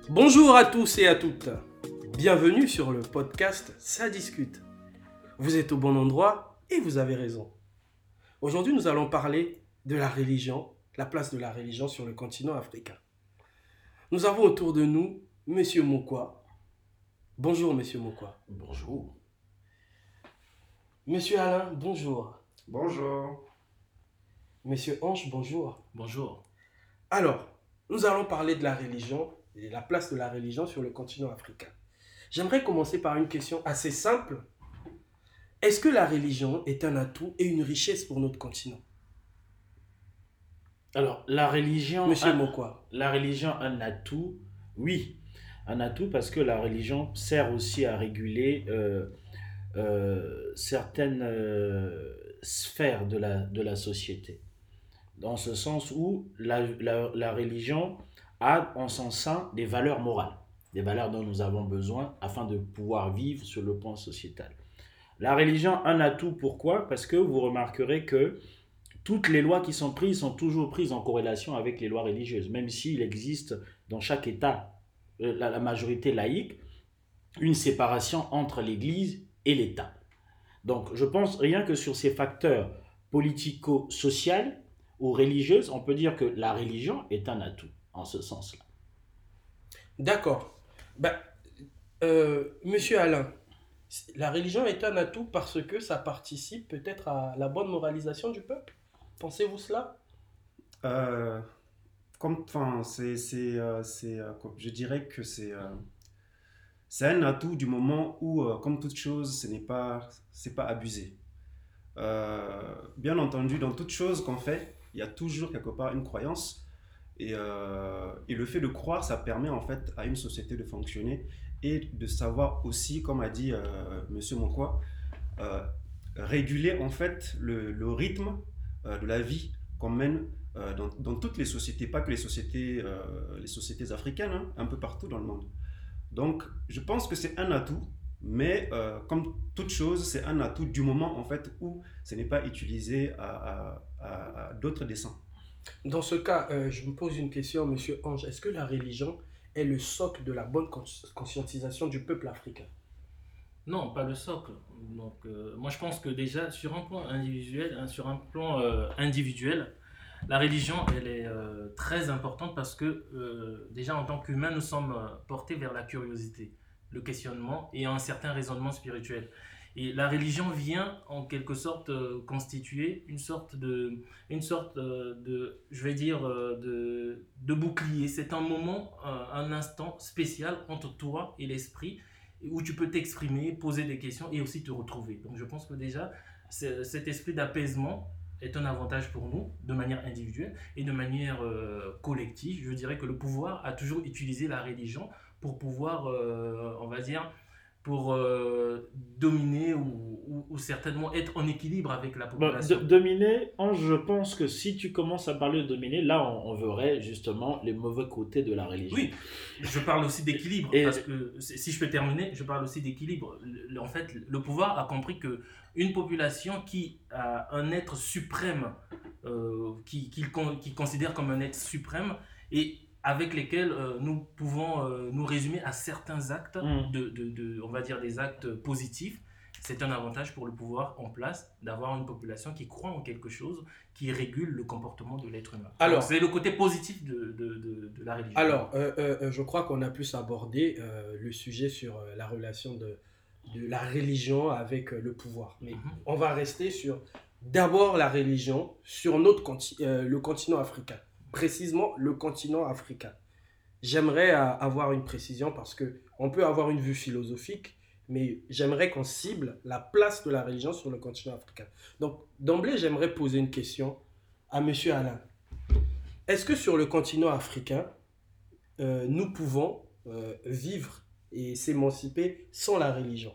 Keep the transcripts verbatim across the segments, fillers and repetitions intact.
Bonjour à tous et à toutes. Bienvenue sur le podcast Ça discute. Vous êtes au bon endroit et vous avez raison. Aujourd'hui, nous allons parler de la religion, la place de la religion sur le continent africain. Nous avons autour de nous Monsieur Mokwa. Bonjour Monsieur Mokwa. Bonjour. Monsieur Alain, bonjour. Bonjour. Monsieur Ange, bonjour. Bonjour. Alors, nous allons parler de la religion et la place de la religion sur le continent africain. J'aimerais commencer par une question assez simple. Est-ce que la religion est un atout et une richesse pour notre continent? Alors, la religion... Monsieur un- Mokwa. La religion, un atout, oui. Un atout parce que la religion sert aussi à réguler euh, euh, certaines euh, sphères de la, de la société. Dans ce sens où la, la, la religion a en son sein des valeurs morales, des valeurs dont nous avons besoin afin de pouvoir vivre sur le plan sociétal. La religion, un atout, pourquoi? Parce que vous remarquerez que toutes les lois qui sont prises sont toujours prises en corrélation avec les lois religieuses, même s'il existe dans chaque État, euh, la, la majorité laïque, une séparation entre l'Église et l'État. Donc je pense rien que sur ces facteurs politico-sociaux ou religieux, on peut dire que la religion est un atout en ce sens-là. D'accord. Ben, euh, Monsieur Alain, la religion est un atout parce que ça participe peut-être à la bonne moralisation du peuple. Pensez-vous cela? Euh, comme, enfin, c'est, c'est, euh, c'est, euh, comme- je dirais que c'est, euh, c'est un atout du moment où, euh, comme toute chose, ce n'est pas, c'est pas abusé. Euh, bien entendu, dans toute chose qu'on fait, il y a toujours quelque part une croyance. Et, euh, et le fait de croire, ça permet en fait à une société de fonctionner et de savoir aussi, comme a dit euh, Monsieur Mokwa, euh, réguler en fait le, le rythme euh, de la vie qu'on mène euh, dans, dans toutes les sociétés, pas que les sociétés, euh, les sociétés africaines, hein, un peu partout dans le monde. Donc, je pense que c'est un atout, mais euh, comme toute chose, c'est un atout du moment en fait où ce n'est pas utilisé à, à, à, à d'autres desseins. Dans ce cas, euh, je me pose une question, Monsieur Ange. Est-ce que la religion est le socle de la bonne cons- conscientisation du peuple africain? Non, pas le socle. Donc, euh, moi, je pense que déjà, sur un plan individuel, hein, sur un plan euh, individuel, la religion, elle est euh, très importante parce que euh, déjà, en tant qu'humains, nous sommes euh, portés vers la curiosité, le questionnement et un certain raisonnement spirituel. Et la religion vient en quelque sorte euh, constituer une sorte de, une sorte euh, de, je vais dire, euh, de, de bouclier. C'est un moment, euh, un instant spécial entre toi et l'esprit où tu peux t'exprimer, poser des questions et aussi te retrouver. Donc je pense que déjà, c'est- cet esprit d'apaisement est un avantage pour nous de manière individuelle et de manière euh, collective. Je dirais que le pouvoir a toujours utilisé la religion pour pouvoir, euh, on va dire, pour euh, dominer ou, ou- ou certainement être en équilibre avec la Bon, population. de- dominer, Ange, je pense que si tu commences à parler de dominer, là, on, on verrait justement les mauvais côtés de la religion. Oui, je parle aussi d'équilibre, Et- parce que si si je peux terminer, je parle aussi d'équilibre. Le- le- En fait, le pouvoir a compris que une population qui a un être suprême, euh, qui, qu'il con- qui considère comme un être suprême, et avec lesquels euh, nous pouvons euh, nous résumer à certains actes, Mm. de, de- de- on va dire des actes positifs, c'est un avantage pour le pouvoir en place d'avoir une population qui croit en quelque chose qui régule le comportement de l'être humain. Alors- Donc, c'est le côté positif de, de, de, de la religion. Alors, euh, euh, euh, je crois qu'on a pu aborder euh, le sujet sur euh, la relation de, de la religion avec euh, le pouvoir. Mais Mhm. on va rester sur d'abord la religion sur notre conti- euh, le continent africain. Précisément le continent africain. J'aimerais euh, avoir une précision parce que on peut avoir une vue philosophique, mais j'aimerais qu'on cible la place de la religion sur le continent africain. Donc, d'emblée, j'aimerais poser une question à Monsieur Alain. Est-ce que sur le continent africain, euh, nous pouvons euh, vivre et s'émanciper sans la religion?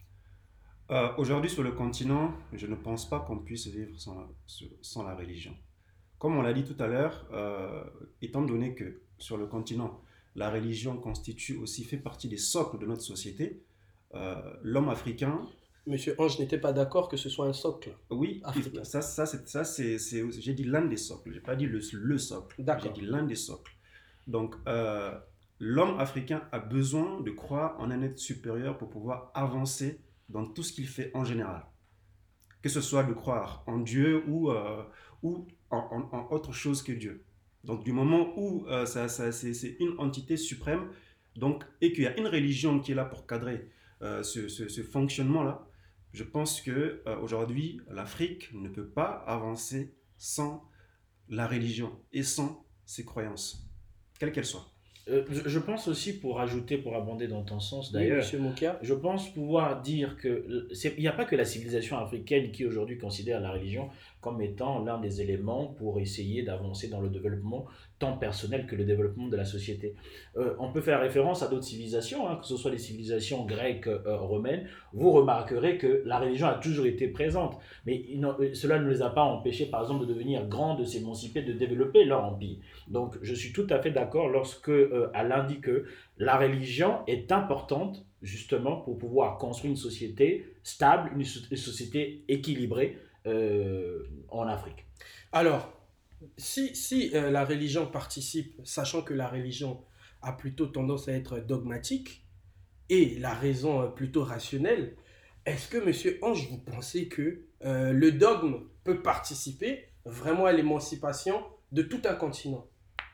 Euh, aujourd'hui sur le continent, je ne pense pas qu'on puisse vivre sans la, sans la religion. Comme on l'a dit tout à l'heure, euh, étant donné que sur le continent, la religion constitue aussi, fait partie des socles de notre société, euh, l'homme africain, Monsieur Ange n'était pas d'accord que ce soit un socle. oui, Africain. ça, ça, c'est, ça c'est, c'est- j'ai dit l'un des socles, j'ai pas dit le, le socle, j'ai D'accord. dit l'un des socles. Donc, euh, l'homme africain a besoin de croire en un être supérieur pour pouvoir avancer dans tout ce qu'il fait en général. Que ce soit de croire en Dieu ou, euh, ou en, en, en autre chose que Dieu. Donc du moment où euh, ça, ça, c'est, c'est une entité suprême, donc, et qu'il y a une religion qui est là pour cadrer euh, ce, ce, ce fonctionnement-là, je pense qu'aujourd'hui, euh, l'Afrique ne peut pas avancer sans la religion et sans ses croyances, quelles qu'elles soient. Euh, je, je pense aussi, pour ajouter, pour abonder dans ton sens Oui, d'ailleurs, monsieur Mokia. je pense pouvoir dire que c'est- il n'y a pas que la civilisation africaine qui aujourd'hui considère la religion comme étant l'un des éléments pour essayer d'avancer dans le développement tant personnel que le développement de la société. Euh, on peut faire référence à d'autres civilisations, hein, que ce soit les civilisations grecques, euh, romaines. Vous remarquerez que la religion a toujours été présente, mais il n'en- euh, cela ne les a pas empêchés, par exemple, de devenir grands, de s'émanciper, de développer leur empire. Donc, je suis tout à fait d'accord lorsque euh, Alain dit que la religion est importante justement pour pouvoir construire une société stable, une, so- une société équilibrée euh, en Afrique. Alors, si, si euh, la religion participe, sachant que la religion a plutôt tendance à être dogmatique et la raison euh, plutôt rationnelle, est-ce que, monsieur Ange, vous pensez que euh, le dogme peut participer vraiment à l'émancipation de tout un continent?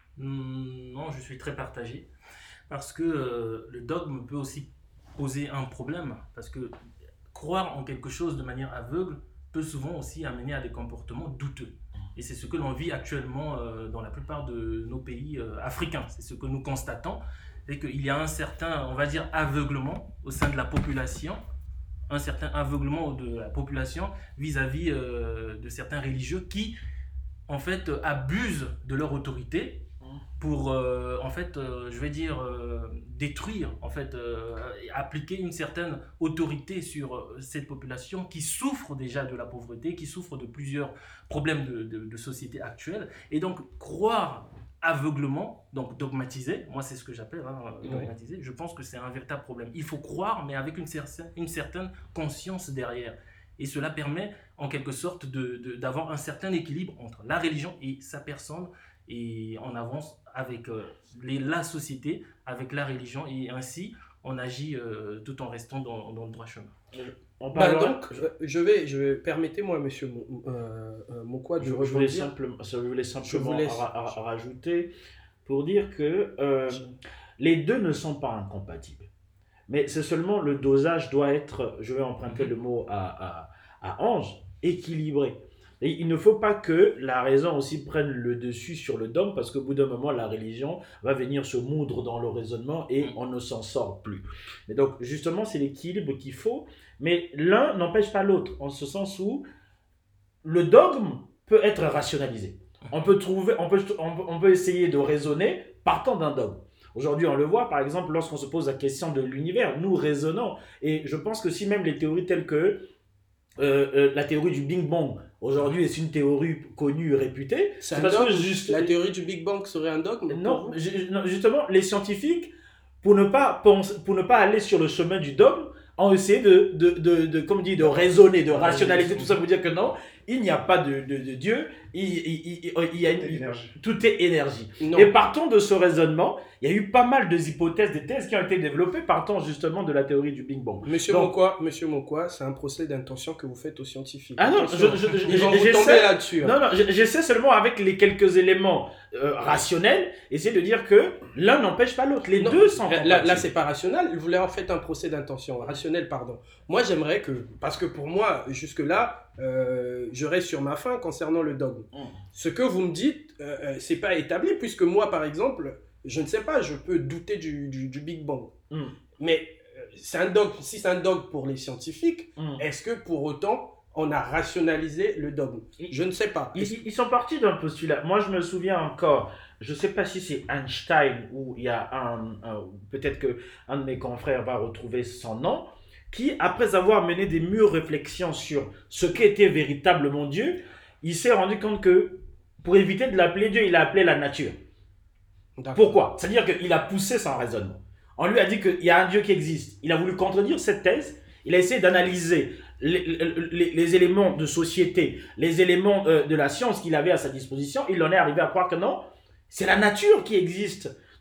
Hmm, Non, je suis très partagé. Parce que euh, le dogme peut aussi poser un problème. Parce que croire en quelque chose de manière aveugle peut souvent aussi amener à des comportements douteux. Et c'est ce que l'on vit actuellement euh, dans la plupart de nos pays euh, africains. C'est ce que nous constatons. C'est qu'il y a un certain, on va dire, aveuglement au sein de la population, un certain aveuglement de la population vis-à-vis euh, de certains religieux qui, en fait, euh, abusent de leur autorité pour, euh, en fait, euh, je vais dire, euh, détruire, en fait, euh, et appliquer une certaine autorité sur euh, cette population qui souffre déjà de la pauvreté, qui souffre de plusieurs problèmes de, de, de société actuelle. Et donc, croire aveuglement, donc dogmatiser, moi c'est ce que j'appelle hein, dogmatiser, je pense que c'est un véritable problème. Il faut croire, mais avec une, cer- une certaine conscience derrière. Et cela permet, en quelque sorte, de, de, d'avoir un certain équilibre entre la religion et sa personne, et on avance avec euh, les, la société, avec la religion, et ainsi on agit euh, tout en restant dans, dans le droit chemin. On Bah, parlera- donc, euh, je vais, je vais permettez-moi, monsieur Mo- euh, euh, Mokwa, de je, je voulais rebondir. simplement, je voulais simplement vous laisse. ra- ra- rajouter pour dire que euh, les deux ne sont pas incompatibles. Mais c'est seulement le dosage doit être, je vais emprunter le mot à, à, à Ange, équilibré. Et il ne faut pas que la raison aussi prenne le dessus sur le dogme, parce qu'au bout d'un moment, la religion va venir se moudre dans le raisonnement et on ne s'en sort plus. Et donc, justement, c'est l'équilibre qu'il faut, mais l'un n'empêche pas l'autre, en ce sens où le dogme peut être rationalisé. On peut, trouver, on peut, on peut, on peut essayer de raisonner partant d'un dogme. Aujourd'hui, on le voit, par exemple, lorsqu'on se pose la question de l'univers, nous raisonnons. Et je pense que si même les théories telles que euh, euh, la théorie du Big Bang, aujourd'hui, est une théorie connue et réputée, C'est c'est un parce dogme. que juste... La théorie du Big Bang serait un dogme pour Non, vous ju- non, justement, les scientifiques, pour ne pas, penser, pour ne pas aller sur le chemin du dogme, ont essayé de, de, de, de, comme dit, de raisonner, de rationaliser tout ça pour dire que non, il n'y a pas de, de, de Dieu, il, il, il, il y a une, Énergie. tout est énergie. Non. Et partons de ce raisonnement, il y a eu pas mal de hypothèses, des thèses qui ont été développées partant justement de la théorie du Big Bang. Monsieur Donc- Mokwa, monsieur Mokwa, c'est un procès d'intention que vous faites aux scientifiques. Ah non, Attention, je- je- je- ils vont vous j'essaie- tomber là-dessus. hein. Non, non, j- j'essaie seulement avec les quelques éléments euh, rationnels, essayer de dire que l'un n'empêche pas l'autre. Les Non, deux sont Là, compatibles. là, c'est pas rationnel. Vous voulez en fait un procès d'intention. Rationnel, pardon. Moi, j'aimerais que. Parce que pour moi, jusque-là, euh, je reste sur ma fin concernant le dogme. Mm. Ce que vous me dites, euh, euh, c'est pas établi, puisque moi, par exemple, je ne sais pas, je peux douter du, du, du Big Bang. Mm. Mais euh, c'est un dogme. Si c'est un dogme pour les scientifiques, Mm. est-ce que pour autant, on a rationalisé le dogme? Je ne sais pas. Ils, ils sont partis d'un postulat. Moi, je me souviens encore, je ne sais pas si c'est Einstein ou il y a un, un- peut-être que un de mes confrères va retrouver son nom, qui, après avoir mené des mûres réflexions sur ce qu'était véritablement Dieu, il s'est rendu compte que pour éviter de l'appeler Dieu, il a appelé la nature. D'accord. Pourquoi? C'est-à-dire qu'il a poussé son raisonnement. On lui a dit qu'il y a un Dieu qui existe. Il a voulu contredire cette thèse. Il a essayé d'analyser les, les, les éléments de société, les éléments euh, de la science qu'il avait à sa disposition. Il en est arrivé à croire que non, c'est la nature qui existe.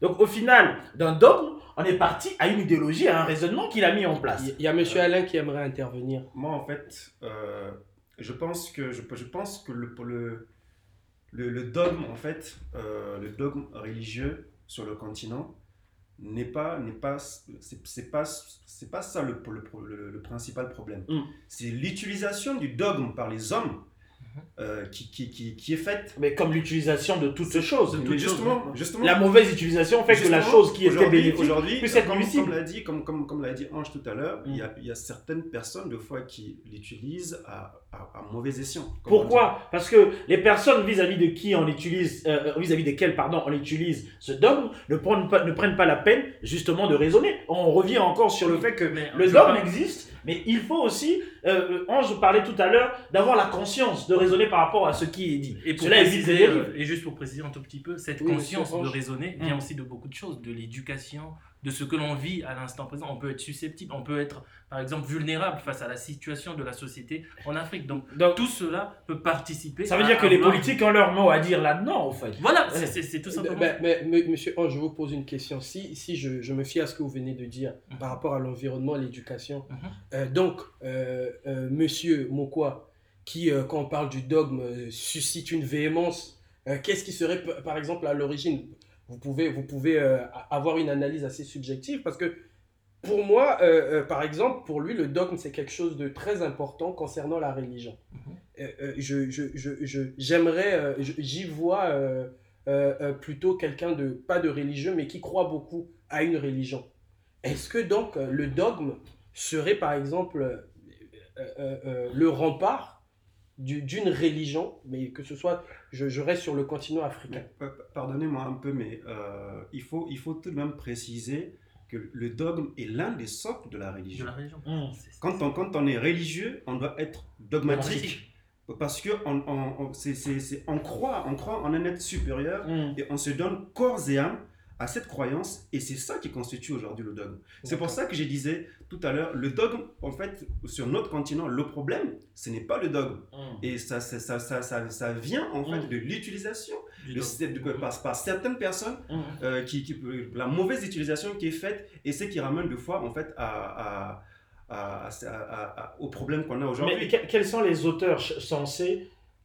Donc au final, d'un dogme, on est parti à une idéologie, à un raisonnement qu'il a mis en place. Il y a monsieur Alain qui aimerait intervenir. Moi, en fait, euh, je pense que, je, je pense que le, pour le, le, le dogme, en fait, euh, le dogme religieux sur le continent n'est pas, n'est pas, c'est, c'est pas, c'est pas ça le, le, le, le principal problème. Mm. C'est l'utilisation du dogme par les hommes euh, qui, qui, qui, qui est faite. Mais comme l'utilisation de toutes choses. Mais justement, justement, La mauvaise utilisation fait que la Justement, chose qui était aujourd'hui- bénéfique aujourd'hui, puisse être comme, nuisible. comme l'a dit, comme, comme, comme l'a dit Ange tout à l'heure, il y Mm. a, il y a certaines personnes, de fois, qui l'utilisent à, à, à mauvais escient. comme on dit. Pourquoi? Parce que les personnes vis-à-vis de qui on utilise, euh, vis-à-vis desquelles pardon, on utilise ce dogme ne prennent, pas, ne prennent pas la peine justement de raisonner. On revient encore sur le fait que Mais, le je dogme parle- existe, mais il faut aussi, euh, Ange parlait tout à l'heure, d'avoir la conscience de raisonner par rapport à ce qui est dit. Et, pour Cela évite les préciser, dérives. euh, et juste pour préciser un tout petit peu, cette Oui, conscience monsieur de Ange. raisonner Mm. vient aussi de beaucoup de choses, de l'éducation, de ce que l'on vit à l'instant présent. On peut être susceptible, on peut être par exemple vulnérable face à la situation de la société en Afrique. Donc Donc, tout cela peut participer. ça veut à dire que les avoir- politiques ont leur mot à dire là-dedans, en fait. Voilà, Ouais. c'est- c'est c'est tout simplement. Ben, mais, mais, monsieur Ange, je vous pose une question. Si, si je, je me fie à ce que vous venez de dire Mhm. par rapport à l'environnement et l'éducation, Mhm. euh, donc, euh, euh, monsieur Mokwa, qui, euh, quand on parle du dogme, euh, suscite une véhémence, euh, qu'est-ce qui serait, p- par exemple, à l'origine? Vous pouvez, vous pouvez euh, a- avoir une analyse assez subjective parce que, pour moi, euh, euh, par exemple, pour lui, le dogme, c'est quelque chose de très important concernant la religion. Mhm. Euh, euh, je, je, je, je- j'aimerais, euh, je- j'y vois euh, euh, euh, plutôt quelqu'un de, pas de religieux, mais qui croit beaucoup à une religion. Est-ce que donc euh, le dogme serait, par exemple, euh, euh, euh, le rempart du- d'une religion, mais que ce soit, je, je reste sur le continent africain. Mais, pa- pa- Pardonnez-moi un peu, mais euh, il, faut, il faut tout de même préciser que le dogme est l'un des socles de la De religion. la religion. Mm. C'est- Quand on, quand on est religieux, on doit être dogmatique. Dogmatique. Parce qu'on on, on, c'est- c'est- c'est- on croit, on croit en un être supérieur Mm. et on se donne corps et âme à cette croyance et c'est ça qui constitue aujourd'hui le dogme. C'est pour D'accord. ça que je disais tout à l'heure, le dogme, en fait, sur notre continent, le problème, ce n'est pas le dogme. Mm. Et ça, ça, ça, ça, ça, ça vient en fait Mm. de l'utilisation Du de, dogme. de- par, par certaines personnes, Mm. euh, qui, qui- la mauvaise utilisation qui est faite et c'est qui ramène des fois en fait à, à, à, à, à- à- aux problèmes qu'on a Mais aujourd'hui. que- quels sont les auteurs ch- censés,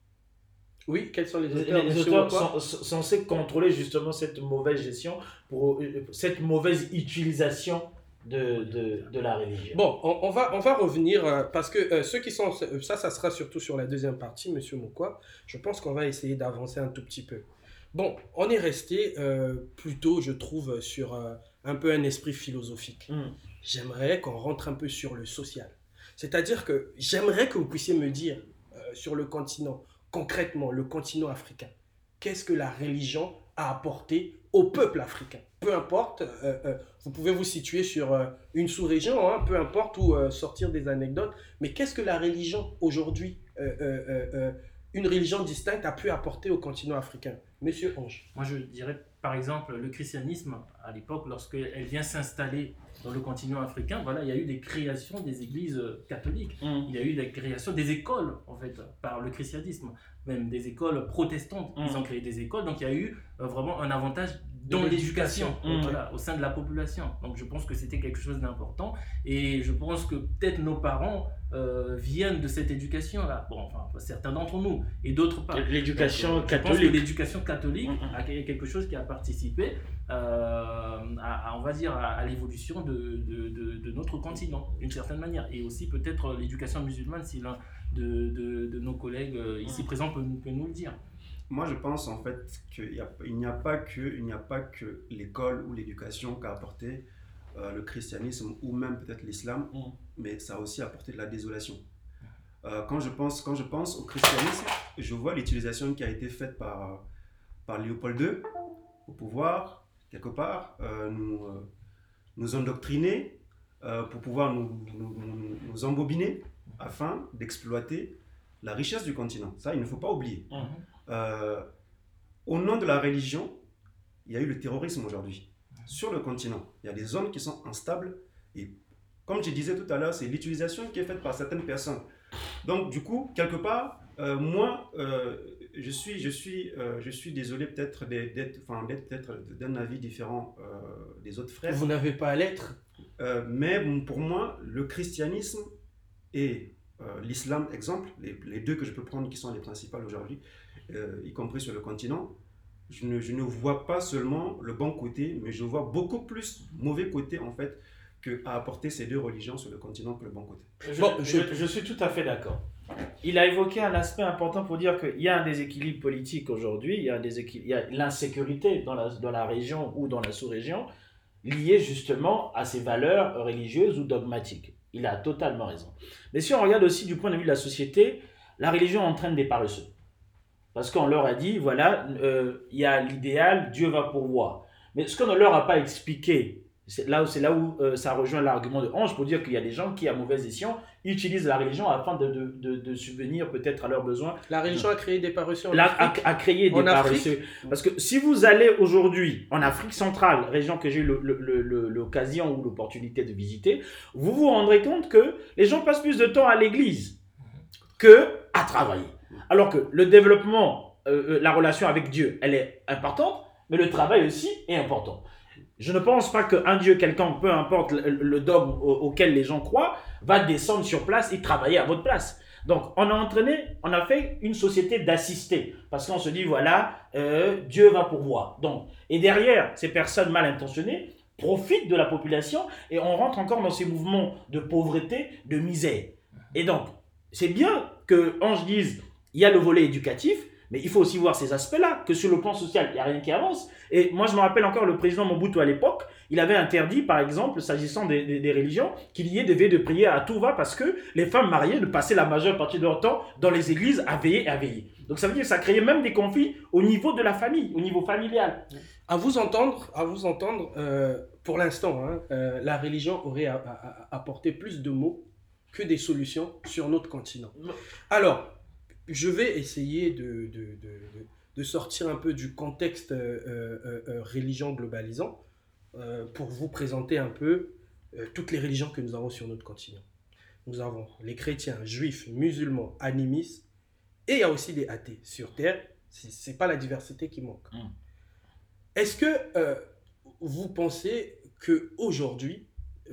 Oui, quels sont les les, auteurs, les monsieur auteurs Mokwa? sont- censés contrôler justement cette mauvaise gestion, pour, euh, cette mauvaise utilisation de, de, de la religion? Bon, on, on va, on va revenir, euh, parce que euh, ceux qui sont... euh, Ça, ça sera surtout sur la deuxième partie, monsieur Mokwa. Je pense qu'on va essayer d'avancer un tout petit peu. Bon, on est resté euh, plutôt, je trouve, sur euh, un peu un esprit philosophique. Mm. J'aimerais qu'on rentre un peu sur le social. C'est-à-dire que j'aimerais que vous puissiez me dire, euh, sur le continent, concrètement, le continent africain, qu'est-ce que la religion a apporté au peuple africain? Peu importe, euh, euh, vous pouvez vous situer sur euh, une sous-région, hein, peu importe, ou euh, sortir des anecdotes, mais qu'est-ce que la religion aujourd'hui, euh, euh, euh, euh, une religion distincte, a pu apporter au continent africain? Monsieur Ange. Moi, je dirais, par exemple, le christianisme, à l'époque, lorsqu'elle vient s'installer dans le continent africain, voilà, il y a eu des créations des églises euh, catholiques. Mm. Il y a eu des créations des écoles, en fait, par le christianisme. Même des écoles protestantes. Mm. Ils ont créé des écoles. Donc, il y a eu euh, vraiment un avantage dans De l'éducation, l'éducation. Mm. voilà, au sein de la population. Donc, je pense que c'était quelque chose d'important. Et je pense que peut-être nos parents euh, viennent de cette éducation-là. Bon, enfin, certains d'entre nous, et d'autres pas. L'éducation Donc, je pense que catholique. l'éducation catholique Mm, mm. a quelque chose qui a participé, euh, à, à, on va dire, à, à l'évolution de, de, de, de notre continent, d'une certaine manière. Et aussi peut-être l'éducation musulmane, si l'un de, de, de nos collègues euh, ici présents peut, peut nous le dire. Moi, je pense en fait qu'il n'y a, il n'y a pas que, il n'y a pas que l'école ou l'éducation qu'a apporté euh, le christianisme ou même peut-être l'islam, Mm. mais ça a aussi apporté de la désolation. Euh, quand, je pense, quand je pense au christianisme, je vois l'utilisation qui a été faite par, par Léopold deux au pouvoir, quelque part, euh, nous, euh, nous endoctriner euh, pour pouvoir nous, nous, nous, nous embobiner afin d'exploiter la richesse du continent. Ça, il ne faut pas oublier. Mm. Euh, au nom de la religion, il y a eu le terrorisme aujourd'hui. Sur le continent, il y a des zones qui sont instables et comme je disais tout à l'heure, c'est l'utilisation qui est faite par certaines personnes. Donc du coup, quelque part, Euh, moi, euh, je suis, je suis, euh, je suis désolé peut-être d'être, d'être- enfin, d'être peut-être d'un avis différent euh, des autres frères, Vous n'avez pas à l'être. Euh, mais bon, pour moi, le christianisme et euh, l'islam, exemple, les, les deux que je peux prendre qui sont les principales aujourd'hui, euh, y compris sur le continent, je ne, je ne vois pas seulement le bon côté, mais je vois beaucoup plus mauvais côté en fait que à apporter ces deux religions sur le continent que le bon côté. Je, Bon, je, je- je suis tout à fait d'accord. Il a évoqué un aspect important pour dire qu'il y a un déséquilibre politique aujourd'hui, il y a, un déséquil- il y a l'insécurité dans la, dans la région ou dans la sous-région liée justement à ces valeurs religieuses ou dogmatiques. Il a totalement raison. Mais si on regarde aussi du point de vue de la société, la religion entraîne des paresseux. Parce qu'on leur a dit, voilà, euh, il y a l'idéal, Dieu va pourvoir. Mais ce qu'on ne leur a pas expliqué, c'est là où, c'est là où euh, ça rejoint l'argument de Ange pour dire qu'il y a des gens qui, à mauvaise escient, utilisent la religion afin de, de, de, de subvenir peut-être à leurs besoins. La religion a créé des paresseux en Là, Afrique. à, à créer des En paresseux. Parce que si vous allez aujourd'hui en Afrique centrale, région que j'ai eu le- le- le- le- l'occasion ou l'opportunité de visiter, vous vous rendrez compte que les gens passent plus de temps à l'église que à travailler. Alors que le développement, euh, euh, la relation avec Dieu, elle est importante, mais le travail aussi est important. Je ne pense pas qu'un Dieu quelconque, peu importe le, le dogme au- auquel les gens croient, va descendre sur place et travailler à votre place. Donc, on a entraîné, on a fait une société d'assistés, parce qu'on se dit, voilà, euh, Dieu va pourvoir. Donc, et derrière, ces personnes mal intentionnées profitent de la population et on rentre encore dans ces mouvements de pauvreté, de misère. Et donc, c'est bien que Ange dise, il y a le volet éducatif, mais il faut aussi voir ces aspects-là, que sur le plan social, il n'y a rien qui avance. Et moi, je me rappelle encore le président Mobutu à l'époque, il avait interdit, par exemple, s'agissant des, des, des religions, qu'il y ait des veillées de prière à tout va parce que les femmes mariées ne passaient la majeure partie de leur temps dans les églises à veiller et à veiller. Donc ça veut dire que ça créait même des conflits au niveau de la famille, au niveau familial. À vous entendre, à vous entendre, euh, pour l'instant, hein, euh, la religion aurait à- à- à- apporté plus de mots que des solutions sur notre continent. Alors, je vais essayer de, de, de, de- de sortir un peu du contexte euh, euh, euh, religion globalisant euh, pour vous présenter un peu euh, toutes les religions que nous avons sur notre continent. Nous avons les chrétiens, juifs, musulmans, animistes, et il y a aussi les athées. Sur Terre, ce n'est pas la diversité qui manque. Mm. Est-ce que euh, vous pensez qu'aujourd'hui,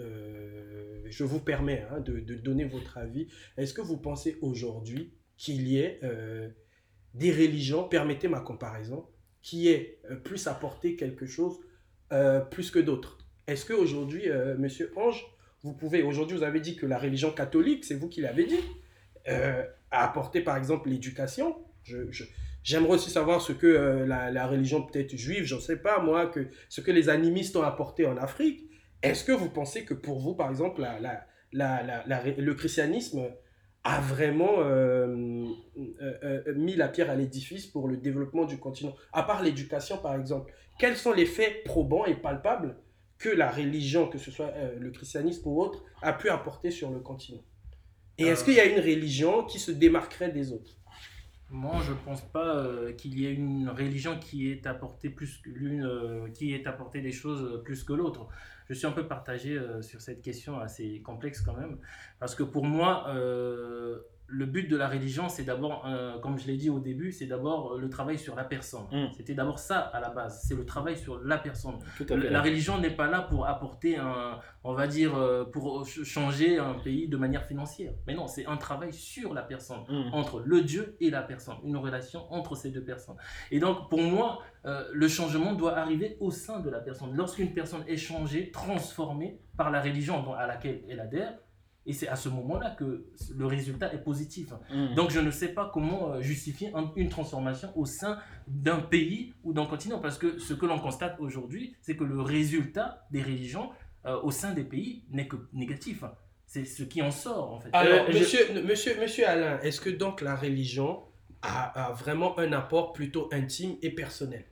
euh, je vous permets hein, de, de donner votre avis, est-ce que vous pensez aujourd'hui qu'il y ait euh, des religions, permettez ma comparaison, qui aient euh, plus apporté quelque chose euh, plus que d'autres? Est-ce qu'aujourd'hui, euh, Monsieur Ange, vous pouvez, aujourd'hui vous avez dit que la religion catholique, c'est vous qui l'avez dit, euh, a apporté par exemple l'éducation. Je, je, J'aimerais aussi savoir ce que euh, la, la religion peut-être juive, je ne sais pas moi, que, ce que les animistes ont apporté en Afrique. Est-ce que vous pensez que pour vous, par exemple, la, la, la, la, la- le christianisme a vraiment euh, euh, euh, mis la pierre à l'édifice pour le développement du continent? À part l'éducation, par exemple, quels sont les faits probants et palpables que la religion, que ce soit euh, le christianisme ou autre, a pu apporter sur le continent? Et est-ce Euh, qu'il y a une religion qui se démarquerait des autres? Moi, je pense pas euh, qu'il y ait une religion qui ait apporté plus que l'une, euh, qui ait apporté des choses plus que l'autre. Je suis un peu partagé euh, sur cette question assez complexe quand même, parce que pour moi, euh, le but de la religion, c'est d'abord, euh, comme je l'ai dit au début, c'est d'abord euh, le travail sur la personne. Mm. C'était d'abord ça à la base, c'est le travail sur la personne. Tout à fait. La religion n'est pas là pour apporter un, on va dire, euh, pour ch- changer un pays de manière financière. Mais non, c'est un travail sur la personne, Mm. entre le Dieu et la personne, une relation entre ces deux personnes. Et donc, pour moi, euh, le changement doit arriver au sein de la personne. Lorsqu'une personne est changée, transformée par la religion dont- à laquelle elle adhère, et c'est à ce moment-là que le résultat est positif. Mm. Donc, je ne sais pas comment euh, justifier un- une transformation au sein d'un pays ou d'un continent, parce que ce que l'on constate aujourd'hui, c'est que le résultat des religions euh, au sein des pays n'est que négatif. C'est ce qui en sort, en fait. Alors, Euh, je- monsieur, monsieur, monsieur Alain, est-ce que donc la religion a, a vraiment un apport plutôt intime et personnel?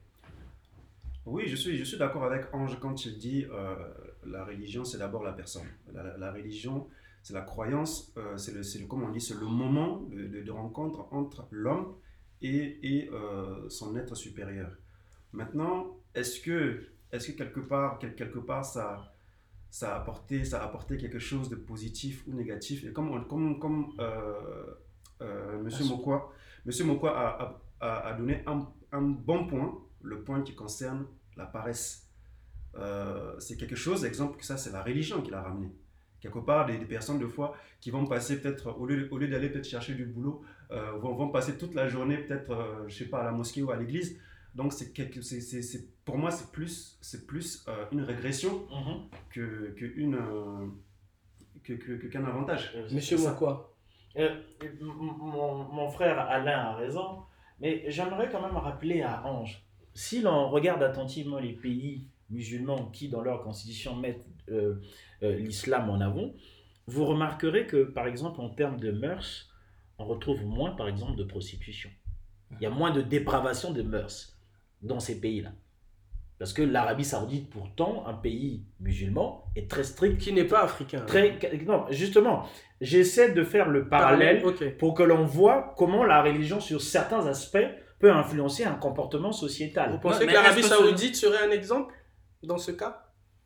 Oui, je suis, je suis d'accord avec Ange quand il dit euh, la religion, c'est d'abord la personne. La, la- la religion, c'est la croyance, euh, c'est le, c'est le, comme on dit, c'est le moment de, de- de rencontre entre l'homme et, et euh, son être supérieur. Maintenant, est-ce que, est-ce que quelque part, quel- quelque part ça, ça, a apporté, ça a apporté quelque chose de positif ou négatif? Et comme, on- comme, comme euh, euh, Monsieur Ah, Mokwa, Monsieur Mokwa a, a, a donné un, un bon point, le point qui concerne la paresse. Euh, c'est quelque chose, exemple, que ça, c'est la religion qui l'a ramené. Quelque part, des, des personnes de foi qui vont passer peut-être, au lieu, au lieu d'aller peut-être chercher du boulot, euh, vont, vont passer toute la journée peut-être, euh, je sais pas, à la mosquée ou à l'église. Donc, c'est quelque, c'est, c'est, c'est, pour moi, c'est plus, c'est plus euh, une régression Mhm. que, que une, euh, que, que, que- qu'un avantage. Euh, Monsieur c'est ça. Mokwa. Euh, m- mon, mon frère Alain a raison, mais j'aimerais quand même rappeler à Ange, si l'on regarde attentivement les pays musulmans qui, dans leur constitution, mettent euh, euh, l'islam en avant, vous remarquerez que, par exemple, en termes de mœurs, on retrouve moins, par exemple, de prostitution. Il y a moins de dépravation des mœurs dans ces pays-là. Parce que l'Arabie Saoudite, pourtant, un pays musulman, est très strict. Qui n'est pas africain. Très, non, justement, j'essaie de faire le parallèle Ok. pour que l'on voit comment la religion, sur certains aspects, peut influencer un comportement Vous sociétal. pensez Ouais, que mais l'Arabie est-ce que Saoudite serait un exemple dans ce cas?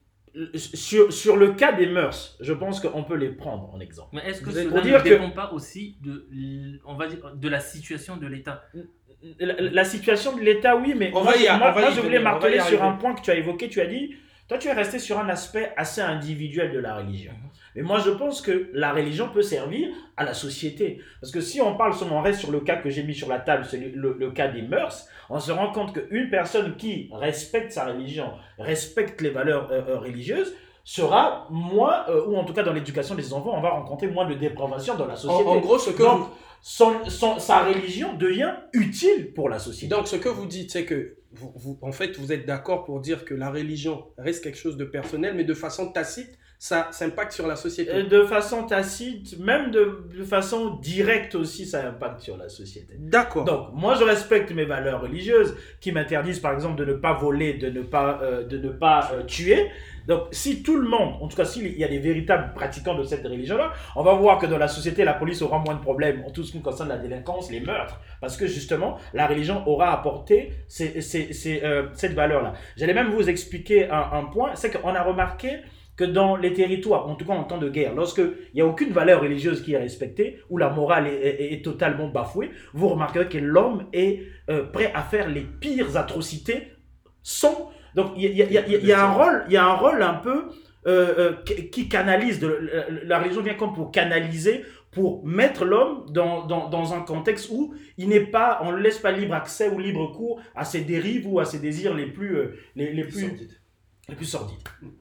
Sur, sur le cas des mœurs, je pense qu'on peut les prendre en exemple. Mais est-ce que Vous êtes- cela pour dire ne que- dépend pas aussi de, l- on va dire, de la situation de l'État? La, la situation de l'État, oui, mais On moi, va y je- a- moi, on va moi, y je voulais venir, on va marteler y sur un arriver. point que tu as évoqué. Tu as dit, toi, tu es resté sur un aspect assez individuel de la religion. Mhm. Mais moi, je pense que la religion peut servir à la société. Parce que si on parle, si on reste sur le cas que j'ai mis sur la table, c'est le, le- le cas des mœurs, on se rend compte qu'une personne qui respecte sa religion, respecte les valeurs euh, euh, religieuses, sera moins, euh, ou en tout cas dans l'éducation des enfants, on va rencontrer moins de dépravation dans la En, société. en gros, ce que Donc, vous, son, son- sa religion devient utile pour la société. donc, ce que vous dites, c'est que vous, vous- en fait, vous êtes d'accord pour dire que la religion reste quelque chose de personnel, mais de façon tacite, ça, ça impacte sur la société. Euh, de façon tacite, même de, de façon directe aussi, ça impacte sur la société. D'accord. Donc, moi, je respecte mes valeurs religieuses qui m'interdisent, par exemple, de ne pas voler, de ne pas, euh, de ne pas euh, tuer. Donc, si tout le monde, en tout cas, s'il y a des véritables pratiquants de cette religion-là, on va voir que dans la société, la police aura moins de problèmes en tout ce qui concerne la délinquance, les meurtres, parce que justement, la religion aura apporté ces, ces, ces, euh, cette valeur-là. J'allais même vous expliquer un, un point, c'est qu'on a remarqué que dans les territoires, en tout cas en temps de guerre, lorsqu'il n'y a aucune valeur religieuse qui est respectée, où la morale est, est- est totalement bafouée, vous remarquerez que l'homme est euh, prêt à faire les pires atrocités sans... Donc il y, a- il y a- il y a- il y a un rôle, il y a un rôle un peu euh, euh, qui qui canalise, de, la, la religion vient comme pour canaliser, pour mettre l'homme dans, dans, dans un contexte où il n'est pas, on ne laisse pas libre accès ou libre cours à ses dérives ou à ses désirs les plus, euh, les, les plus, les plus sordides.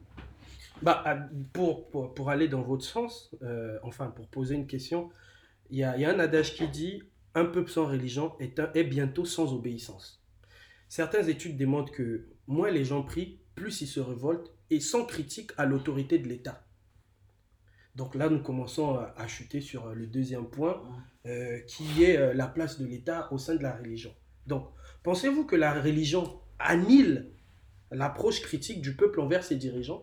Bah, à- pour, pour, pour aller dans votre sens, euh, enfin, pour poser une question, il y a, il y a un adage qui dit « Un peuple sans religion est, un- est bientôt sans obéissance ». Certaines études démontrent que moins les gens prient, plus ils se révoltent et sans critique à l'autorité de l'État. Donc là, nous commençons à, à chuter sur euh, le deuxième point, euh, qui est euh, la place de l'État au sein de la religion. Donc, pensez-vous que la religion annule l'approche critique du peuple envers ses dirigeants?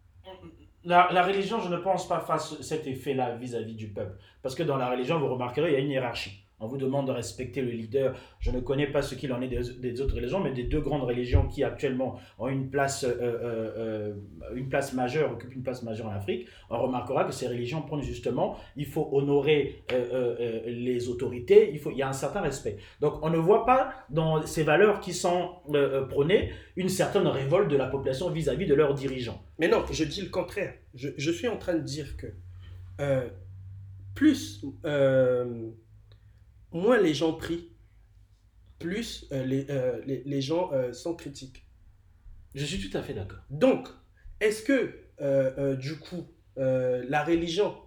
La, la religion, je ne pense pas fasse cet effet-là vis-à-vis du peuple. Parce que dans la religion, vous remarquerez, il y a une hiérarchie. On vous demande de respecter le leader. Je ne connais pas ce qu'il en est des, des autres religions, mais des deux grandes religions qui actuellement ont une place, euh, euh, euh, une place majeure, occupent une place majeure en Afrique, on remarquera que ces religions prennent justement, il faut honorer euh, euh, euh, les autorités, il, faut, il y a un certain respect. Donc on ne voit pas dans ces valeurs qui sont euh, euh, prônées une certaine révolte de la population vis-à-vis de leurs dirigeants. Mais non, je dis le contraire. Je, je suis en train de dire que euh, plus, euh, moins les gens prient, plus euh, les, euh, les, les gens euh, sont critiques. Je suis tout à fait d'accord. Donc, est-ce que, euh, euh, du coup, euh, la religion,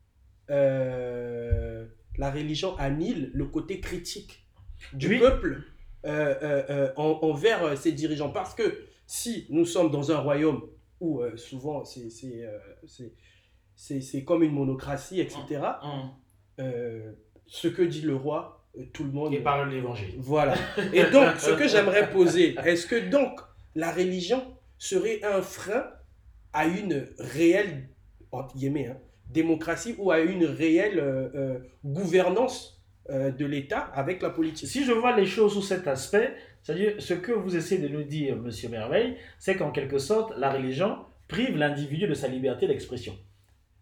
euh, la religion annule le côté critique du Oui. peuple euh, euh, euh, en- envers euh, ses dirigeants? Parce que si nous sommes dans un royaume où euh, souvent c'est c'est, euh, c'est- c'est- c'est comme une monocratie, et cetera, euh, ce que dit le roi, euh, tout le monde... Et par l'évangile. Voilà. Et donc, ce que j'aimerais poser, est-ce que donc la religion serait un frein à une réelle, entre guillemets, hein, démocratie ou à une réelle euh, euh, gouvernance euh, de l'État avec la politique? Si je vois les choses sous cet aspect, c'est-à-dire ce que vous essayez de nous dire, Monsieur Merveille, c'est qu'en quelque sorte, la religion prive l'individu de sa liberté d'expression.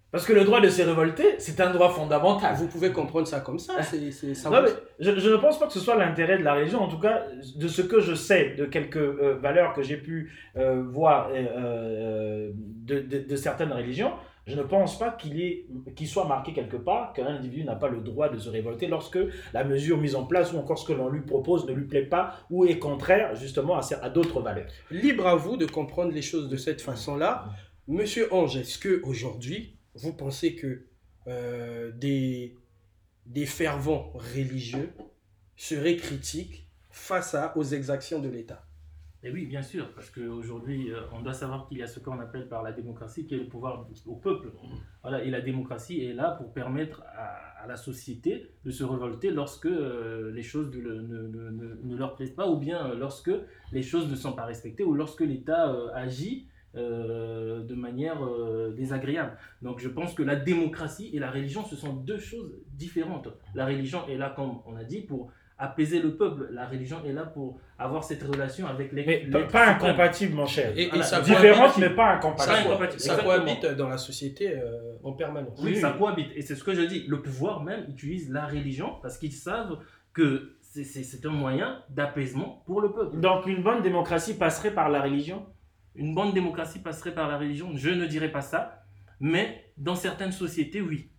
Parce que le droit de se révolter, c'est un droit fondamental. Vous pouvez comprendre ça comme ça. C'est, c'est, ça Non, vous- mais je, je ne pense pas que ce soit l'intérêt de la religion. En tout cas, de ce que je sais, de quelques euh, valeurs que j'ai pu euh, voir euh, euh, de, de- de certaines religions, je ne pense pas qu'il y ait- qu'il soit marqué quelque part qu'un individu n'a pas le droit de se révolter lorsque la mesure mise en place ou encore ce que l'on lui propose ne lui plaît pas ou est contraire justement à, cer- à d'autres valeurs. Libre à vous de comprendre les choses de cette façon-là. Monsieur Ange, est-ce que aujourd'hui, vous pensez que euh, des, des fervents religieux seraient critiques face à, aux exactions de l'État? Et oui, bien sûr, parce qu'aujourd'hui, euh, on doit savoir qu'il y a ce qu'on appelle par la démocratie, qui est le pouvoir au peuple. Voilà, et la démocratie est là pour permettre à, à la société de se révolter lorsque euh, les choses ne, le- ne- ne- ne- ne leur plaisent pas, ou bien euh, lorsque les choses ne sont pas respectées, ou lorsque l'État euh, agit euh, de manière euh, désagréable. Donc je pense que la démocratie et la religion, ce sont deux choses différentes. La religion est là, comme on a dit, pour apaiser le peuple. La religion est là pour avoir cette relation avec les... Mais les- pas, pas incompatible, mon cher. Et, et Voilà, ça, Différente, cohabite- mais pas ça, incompatible. Pas co- incompatible, ça exactement. cohabite dans la société euh, en permanence. Oui, Oui, ça oui. cohabite. Et c'est ce que je dis. Le pouvoir même utilise la religion parce qu'ils savent que c'est- c'est c'est un moyen d'apaisement pour le peuple. Donc une bonne démocratie passerait par la religion. Une bonne démocratie passerait par la religion. Je ne dirais pas ça. Mais dans certaines sociétés, oui.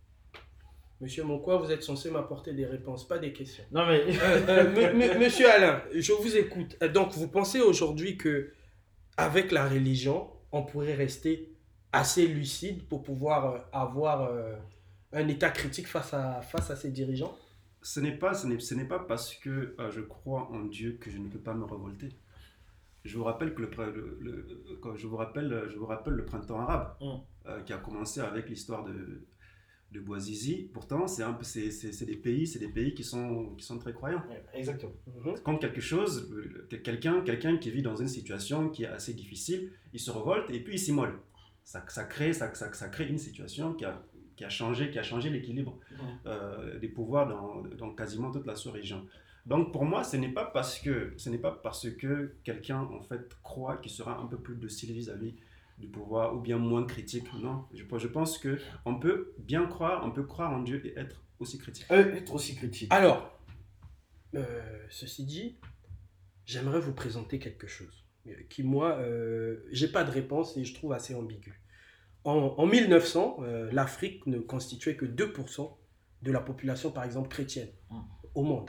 Monsieur Moncois, vous êtes censé m'apporter des réponses, pas des questions. Non mais Euh, euh, m- m- Monsieur Alain, je vous écoute. Euh, Donc, vous pensez aujourd'hui que avec la religion, on pourrait rester assez lucide pour pouvoir euh, avoir euh, un état critique face à, face à ses dirigeants? Ce n'est pas, ce n'est, ce n'est pas parce que euh, je crois en Dieu que je ne peux pas me révolter. Je vous rappelle que le, pr- le- le- quand je vous rappelle, je vous rappelle le printemps arabe Mm. euh, qui a commencé avec l'histoire de, de Bouazizi. Pourtant, c'est, un peu- c'est, c'est, c'est des pays, c'est des pays qui sont, qui sont très croyants. exactement. Mhm. Contre quelque chose, le- le- quelqu'un, quelqu'un qui vit dans une situation qui est assez difficile, il se révolte et puis il s'immole. Ça, ça, crée, ça, ça, ça crée une situation qui a, qui a changé, qui a changé l'équilibre euh, des pouvoirs dans, dans quasiment toute la sous-région. Donc pour moi, ce n'est pas parce que, ce n'est pas parce que quelqu'un en fait croit qu'il sera un peu plus docile vis-à-vis du pouvoir ou bien moins critique. Non, je, je pense que on peut bien croire, on peut croire en Dieu et être aussi critique. Euh, être aussi critique. Alors, euh, ceci dit, j'aimerais vous présenter quelque chose euh, qui, moi, euh, j'ai pas de réponse et je trouve assez ambigu. En, en mille neuf cents, euh, l'Afrique ne constituait que deux pour cent de la population, par exemple, chrétienne Mm. au monde.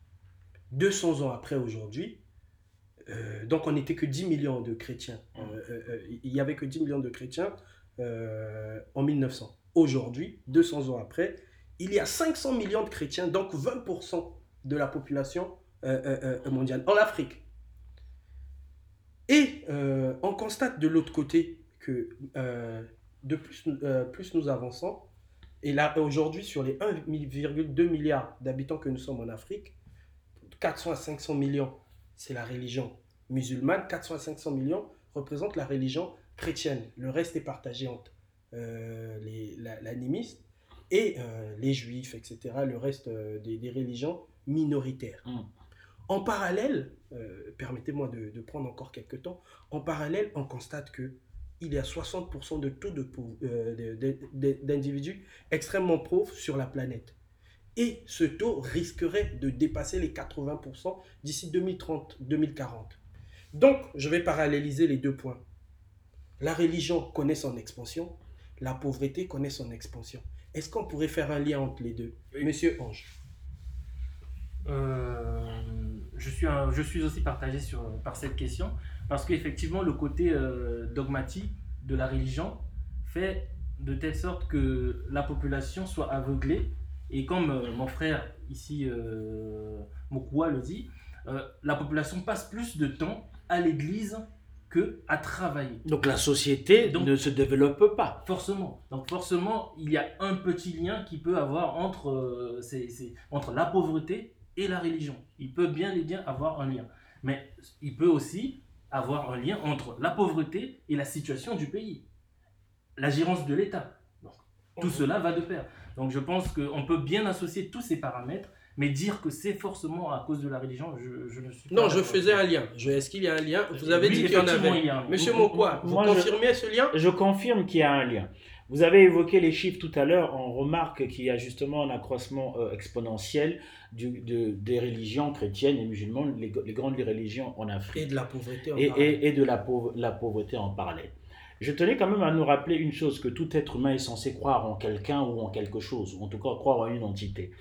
deux cents ans après aujourd'hui, euh, donc on n'était que dix millions de chrétiens. Euh, euh, euh, il n'y avait que dix millions de chrétiens euh, en mille neuf cents. Aujourd'hui, deux cents ans après, il y a cinq cents millions de chrétiens, donc vingt pour cent de la population euh, euh, euh, mondiale en Afrique. Et euh, on constate de l'autre côté que euh, de plus, euh, plus nous avançons, et là aujourd'hui sur les un virgule deux milliard d'habitants que nous sommes en Afrique, quatre cents à cinq cents millions, c'est la religion musulmane, quatre cents à cinq cents millions représentent la religion chrétienne. Le reste est partagé entre euh, les, la- l'animisme et euh, les juifs, et cetera, le reste euh, des, des religions minoritaires. Mm. En parallèle, euh, permettez-moi de, de prendre encore quelques temps, en parallèle, on constate que il y a soixante pour cent de taux de, pau- euh, de- de- de- d'individus extrêmement pauvres sur la planète. Et ce taux risquerait de dépasser les quatre-vingts pour cent d'ici deux mille trente deux mille quarante. Donc, je vais paralléliser les deux points. La religion connaît son expansion, la pauvreté connaît son expansion. Est-ce qu'on pourrait faire un lien entre les deux? Monsieur Ange. Euh, je, suis un- je suis aussi partagé sur, par cette question parce qu'effectivement, le côté euh, dogmatique de la religion fait de telle sorte que la population soit aveuglée. Et comme euh, mon frère ici, euh, Mokoua, le dit, euh, la population passe plus de temps à l'église qu'à travailler. Donc la société Donc- ne se développe pas. Forcément. Donc forcément, il y a un petit lien qui peut avoir entre, euh, ces- ces- entre la pauvreté et la religion. Il peut bien et bien avoir un lien. Mais il peut aussi avoir un lien entre la pauvreté et la situation du pays. La gérance de l'État. Donc, tout cela va de pair. Donc je pense qu'on peut bien associer tous ces paramètres, mais dire que c'est forcément à cause de la religion, je, je ne suis pas Non, je d'accord. faisais un lien. Je- Est-ce qu'il y a un lien? Vous avez Oui, dit qu'il y en effectivement, avait. il y a un lien. Monsieur M- Mokoua, vous moi, je- confirmez ce lien? Je confirme qu'il y a un lien. Vous avez évoqué les chiffres tout à l'heure. On remarque qu'il y a justement un accroissement euh, exponentiel du, de, des religions chrétiennes et musulmanes, les, les grandes religions en Afrique. Et de la pauvreté en et, parallèle. et, et de la, pauvre, la pauvreté en parallèle. Je tenais quand même à nous rappeler une chose, que tout être humain est censé croire en quelqu'un ou en quelque chose, ou en tout cas croire en une entité.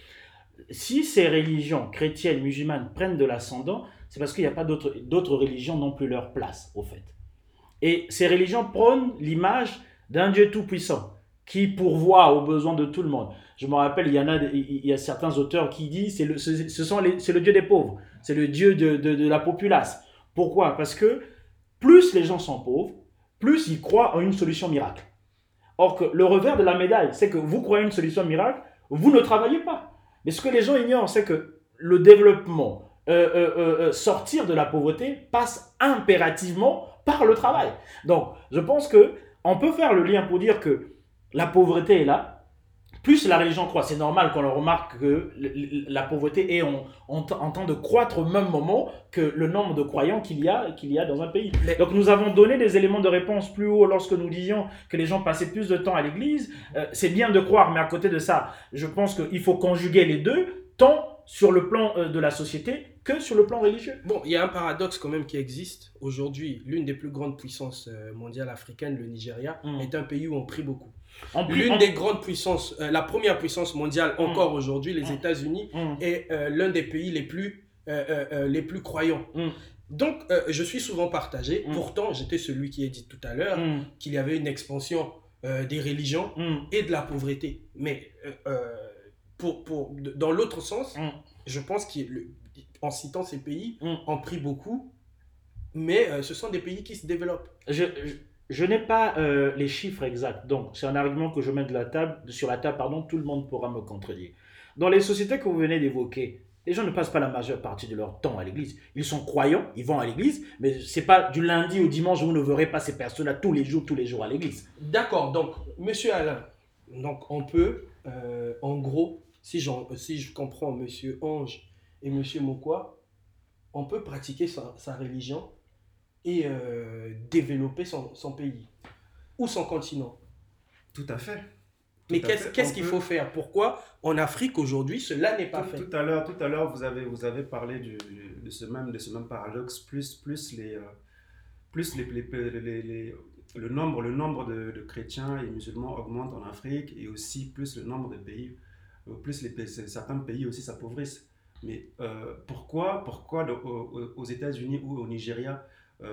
Si ces religions chrétiennes, musulmanes prennent de l'ascendant, c'est parce qu'il n'y a pas d'autres, d'autres religions n'ont plus leur place, au fait. Et ces religions prônent l'image d'un Dieu tout-puissant, qui pourvoit aux besoins de tout le monde. Je me rappelle, il y en a, il y a certains auteurs qui disent c'est le, ce, ce sont les, c'est le Dieu des pauvres, c'est le Dieu de, de, de la populace. Pourquoi? Parce que plus les gens sont pauvres, plus ils croient en une solution miracle. Or, que le revers de la médaille, c'est que vous croyez en une solution miracle, vous ne travaillez pas. Mais ce que les gens ignorent, c'est que le développement, euh, euh, euh, sortir de la pauvreté, passe impérativement par le travail. Donc, je pense qu'on peut faire le lien pour dire que la pauvreté est là. Plus la religion croît, c'est normal qu'on remarque que la pauvreté est en, en, en train de croître au même moment que le nombre de croyants qu'il y a, qu'il y a dans un pays. Mais... Donc nous avons donné des éléments de réponse plus haut lorsque nous disions que les gens passaient plus de temps à l'église. Euh, c'est bien de croire, mais à côté de ça, je pense qu'il faut conjuguer les deux, tant sur le plan euh, de la société que sur le plan religieux. Bon, il y a un paradoxe quand même qui existe. Aujourd'hui, l'une des plus grandes puissances mondiales africaines, le Nigeria, mmh. est un pays où on prie beaucoup. Plus, l'une on... des grandes puissances, euh, la première puissance mondiale mmh. encore aujourd'hui, les mmh. États-Unis, mmh. est euh, l'un des pays les plus, euh, euh, les plus croyants. Mmh. Donc, euh, je suis souvent partagé. Mmh. Pourtant, j'étais celui qui a dit tout à l'heure mmh. qu'il y avait une expansion euh, des religions mmh. et de la pauvreté. Mais euh, euh, pour, pour, dans l'autre sens, mmh. je pense qu'en citant ces pays, mmh. on prie beaucoup, mais euh, ce sont des pays qui se développent. Je... je... Je n'ai pas euh, les chiffres exacts, donc c'est un argument que je mets de la table, sur la table, pardon, tout le monde pourra me contredire. Dans les sociétés que vous venez d'évoquer, les gens ne passent pas la majeure partie de leur temps à l'église. Ils sont croyants, ils vont à l'église, mais ce n'est pas du lundi au dimanche où vous ne verrez pas ces personnes-là tous les jours, tous les jours à l'église. D'accord, donc, monsieur Alain, donc on peut, euh, en gros, si, si je comprends monsieur Ange et monsieur Mokwa, on peut pratiquer sa, sa religion et euh, développer son, son pays ou son continent. Tout à fait. Tout Mais qu'est-ce, qu'est-ce qu'il peut... faut faire? Pourquoi en Afrique aujourd'hui cela n'est pas tout, fait? Tout à l'heure, tout à l'heure vous avez, vous avez parlé du, de, ce même, de ce même paradoxe, plus, plus, les, euh, plus les, les, les, les, le nombre, le nombre de, de chrétiens et musulmans augmente en Afrique et aussi plus le nombre de pays, plus les, certains pays aussi s'appauvrissent. Mais euh, pourquoi, pourquoi de, aux, aux États-Unis ou au Nigeria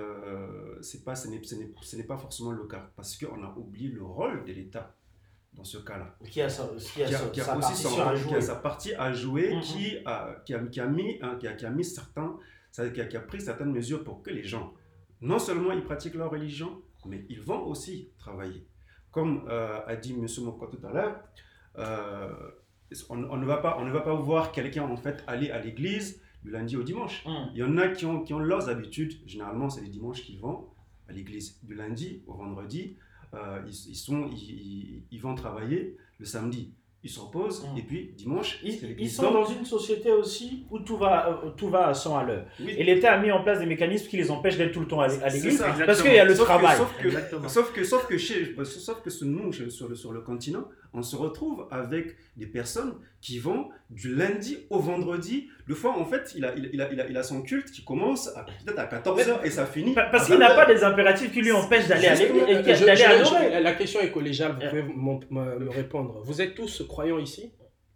Euh, c'est pas, ce n'est, ce n'est, ce n'est pas forcément le cas parce qu'on a oublié le rôle de l'État dans ce cas-là. Qui a, sa, qui a, qui a, sa, qui a sa aussi son, qui a sa partie à jouer, mm-hmm. qui, a, qui, a, qui, a mis, hein, qui, a, qui a mis certains, qui a, qui a pris certaines mesures pour que les gens, non seulement ils pratiquent leur religion, mais ils vont aussi travailler. Comme euh, a dit M. Mokwa tout à l'heure, euh, on, on, ne va pas, on ne va pas voir quelqu'un en fait aller à l'église du lundi au dimanche. Mm. Il y en a qui ont, qui ont leurs habitudes. Généralement, c'est les dimanches qu'ils vont à l'église. Du lundi au vendredi, euh, ils, ils, sont, ils, ils vont travailler. Le samedi, ils se reposent. Mm. Et puis, dimanche, ils, c'est l'église. Ils sont dans une société aussi où tout va, euh, tout va à cent à l'heure. Oui. Et l'État a mis en place des mécanismes qui les empêchent d'être tout le temps à l'église. Parce qu'il y a le sauf travail. Que, sauf, que, sauf, que, sauf, que chez, sauf que nous, sur le, sur le continent, on se retrouve avec des personnes qui vont du lundi au vendredi. Des fois, en fait, il a, il, il a, il a, il a son culte qui commence à, peut-être à quatorze heures et ça finit. Parce qu'il n'a pas des impératifs qui lui empêchent d'aller à l'église, d'aller à adorer. La question est collégiale, vous pouvez me, me répondre. Vous êtes tous croyants ici?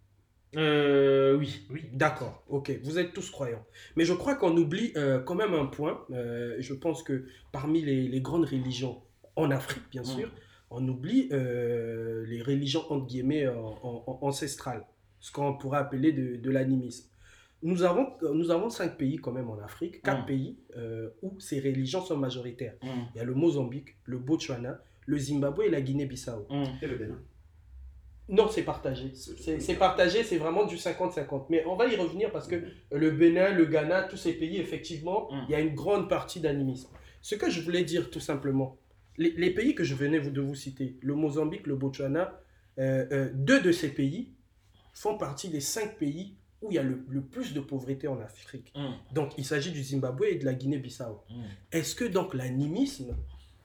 Euh, oui. oui. D'accord, ok. Vous êtes tous croyants. Mais je crois qu'on oublie euh, quand même un point. Euh, je pense que parmi les, les grandes religions, en Afrique bien sûr, mmh. on oublie euh, les religions entre guillemets en, en, ancestrales, ce qu'on pourrait appeler de, de l'animisme. Nous avons, nous avons cinq pays quand même en Afrique, quatre mmh. pays euh, où ces religions sont majoritaires. Mmh. Il y a le Mozambique, le Botswana, le Zimbabwe et la Guinée-Bissau. Mmh. Et le Bénin. Non, c'est partagé. C'est, c'est partagé, c'est vraiment du cinquante cinquante. Mais on va y revenir parce que le Bénin, le Ghana, tous ces pays, effectivement, mmh. il y a une grande partie d'animisme. Ce que je voulais dire tout simplement, les, les pays que je venais de vous citer, le Mozambique, le Botswana, euh, euh, deux de ces pays font partie des cinq pays où il y a le, le plus de pauvreté en Afrique. Mmh. Donc, il s'agit du Zimbabwe et de la Guinée-Bissau. Mmh. Est-ce que donc l'animisme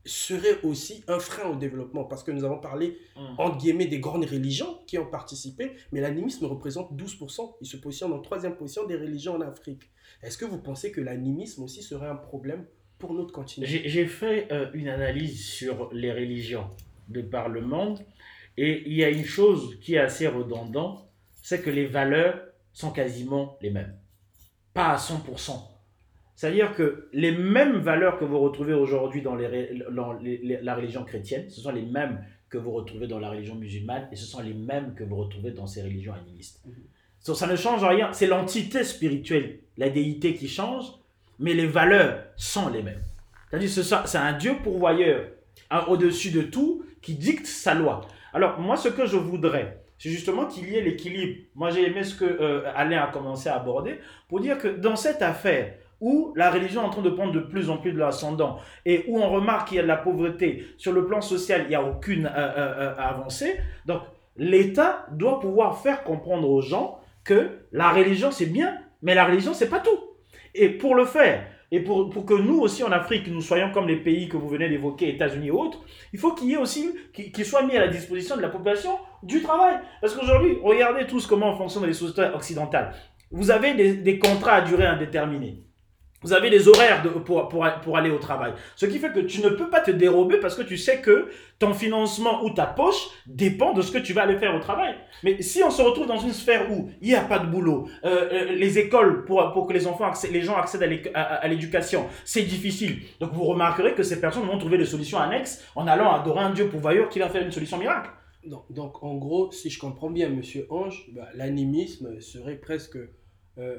serait aussi un frein au développement parce que nous avons parlé, Mm. entre guillemets, des grandes religions qui ont participé, mais l'animisme représente douze pour cent. Il se positionne en troisième position des religions en Afrique. Est-ce que vous pensez que l'animisme aussi serait un problème pour notre continent? J'ai j'ai fait euh, une analyse sur les religions de par le monde et il y a une chose qui est assez redondante, c'est que les valeurs sont quasiment les mêmes. Pas à cent pour cent. C'est-à-dire que les mêmes valeurs que vous retrouvez aujourd'hui dans, les, ré- dans les- les- la religion chrétienne, ce sont les mêmes que vous retrouvez dans la religion musulmane et ce sont les mêmes que vous retrouvez dans ces religions animistes. Ça, ça ne change rien, c'est l'entité spirituelle, la déité qui change, mais les valeurs sont les mêmes. C'est-à-dire que ce- c'est un Dieu pourvoyeur, un au-dessus de tout, qui dicte sa loi. Alors, moi, ce que je voudrais, c'est justement qu'il y ait l'équilibre. Moi, j'ai aimé ce que euh, Alain a commencé à aborder, pour dire que dans cette affaire, où la religion est en train de prendre de plus en plus de l'ascendant, et où on remarque qu'il y a de la pauvreté, sur le plan social, il n'y a aucune euh, euh, euh, avancée, donc l'État doit pouvoir faire comprendre aux gens que la religion, c'est bien, mais la religion, c'est pas tout. Et pour le faire, et pour, pour que nous aussi en Afrique, nous soyons comme les pays que vous venez d'évoquer, États-Unis et autres, il faut qu'il y ait aussi, qu'il qu'il soit mis à la disposition de la population du travail. Parce qu'aujourd'hui, regardez tous comment fonctionnent les sociétés occidentales. Vous avez des, des contrats à durée indéterminée. Vous avez des horaires de, pour, pour, pour aller au travail. Ce qui fait que tu ne peux pas te dérober parce que tu sais que ton financement ou ta poche dépend de ce que tu vas aller faire au travail. Mais si on se retrouve dans une sphère où il n'y a pas de boulot, euh, euh, les écoles pour, pour que les enfants accèdent, les gens accèdent à l'éc- à- à l'éducation, c'est difficile. Donc vous remarquerez que ces personnes vont trouver des solutions annexes en allant adorer un Dieu pourvoyeur qui va faire une solution miracle. Donc, donc, en gros, si je comprends bien, Monsieur Ange, bah, l'animisme serait presque euh, euh,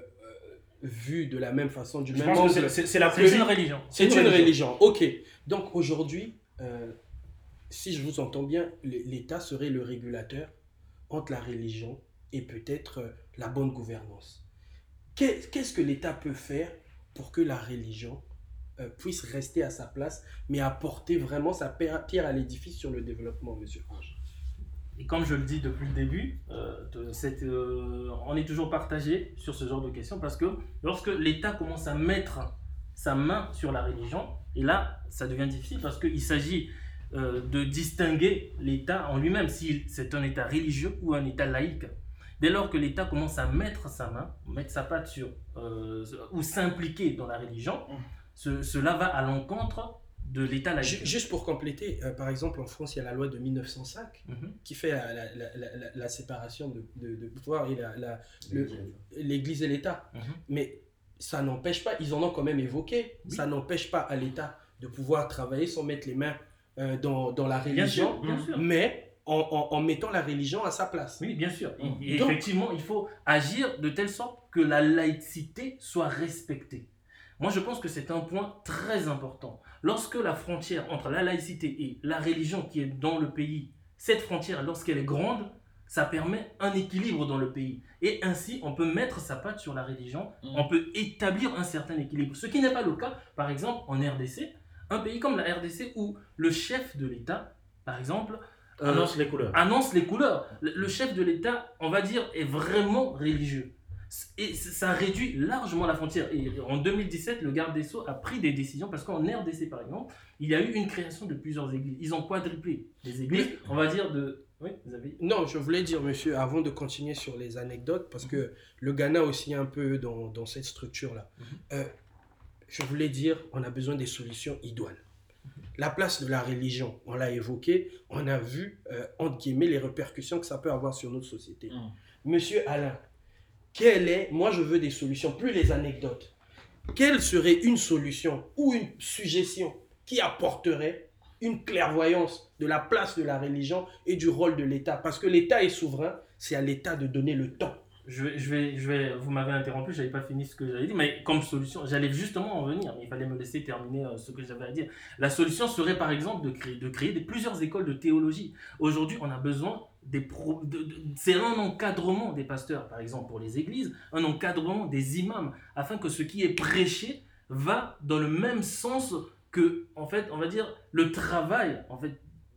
vu de la même façon, du Je même pense que angle. c'est- c'est c'est la C'est plus... une religion. C'est une religion. Ok. Donc aujourd'hui, euh, si je vous entends bien, l- l'État serait le régulateur entre la religion et peut-être euh, la bonne gouvernance. Qu'est- Qu'est-ce que l'État peut faire pour que la religion euh, puisse rester à sa place, mais apporter vraiment sa pierre pierre à l'édifice sur le développement, Monsieur Ange? Et comme je le dis depuis le début, euh, de cette, euh, on est toujours partagé sur ce genre de questions parce que lorsque l'État commence à mettre sa main sur la religion, et là, ça devient difficile parce qu'il s'agit euh, de distinguer l'État en lui-même, si c'est un État religieux ou un État laïque. Dès lors que l'État commence à mettre sa main, mettre sa patte sur, euh, ou s'impliquer dans la religion, ce- cela va à l'encontre de l'État Ju- laïque. Juste pour compléter, euh, par exemple, en France, il y a la loi de mille neuf cent cinq Mhm. qui fait la, la- la- la- la- la séparation de, de, de pouvoir et la, la- le- l'Église et l'État. Mhm. Mais ça n'empêche pas, ils en ont quand même évoqué, Oui. ça n'empêche pas à l'État de pouvoir travailler sans mettre les mains euh, dans, dans la Bien religion, sûr, bien sûr. mais en, en- en mettant la religion à sa place. Oui, bien sûr. Et, et Donc- effectivement, il faut agir de telle sorte que la laïcité soit respectée. Moi, je pense que c'est un point très important. Lorsque la frontière entre la laïcité et la religion qui est dans le pays, cette frontière, lorsqu'elle est grande, ça permet un équilibre dans le pays. Et ainsi, on peut mettre sa patte sur la religion, Mm. on peut établir un certain équilibre. Ce qui n'est pas le cas, par exemple, en R D C, un pays comme la R D C où le chef de l'État, par exemple, euh, Annonce les couleurs. annonce les couleurs. Le le chef de l'État, on va dire, est vraiment religieux. Et c- ça réduit largement la frontière. Et en deux mille dix-sept, le garde des Sceaux a pris des décisions parce qu'en R D C, par exemple, il y a eu une création de plusieurs églises. Ils ont quadruplé les églises, Oui. on va dire, de... Oui, vous avez... Non, je voulais dire, monsieur, avant de continuer sur les anecdotes, parce que le Ghana aussi est un peu dans, dans cette structure-là. Mhm. Euh, je voulais dire, on a besoin des solutions idoines. La place de la religion, on l'a évoqué, on a vu, euh, entre guillemets, les répercussions que ça peut avoir sur notre société. Mm. Monsieur Alain, quelle est, moi je veux des solutions, plus les anecdotes. Quelle serait une solution ou une suggestion qui apporterait une clairvoyance de la place de la religion et du rôle de l'État? Parce que l'État est souverain, c'est à l'État de donner le temps. Je vais, je vais, je vais, vous m'avez interrompu, je n'avais pas fini ce que j'avais dit, mais comme solution, j'allais justement en venir, mais il fallait me laisser terminer euh, ce que j'avais à dire. La solution serait par exemple de créer, de créer des, plusieurs écoles de théologie. Aujourd'hui, on a besoin des pro, de, de- c'est un encadrement des pasteurs, par exemple pour les églises, un encadrement des imams, afin que ce qui est prêché va dans le même sens que, en fait, on va dire, le travail, en fait,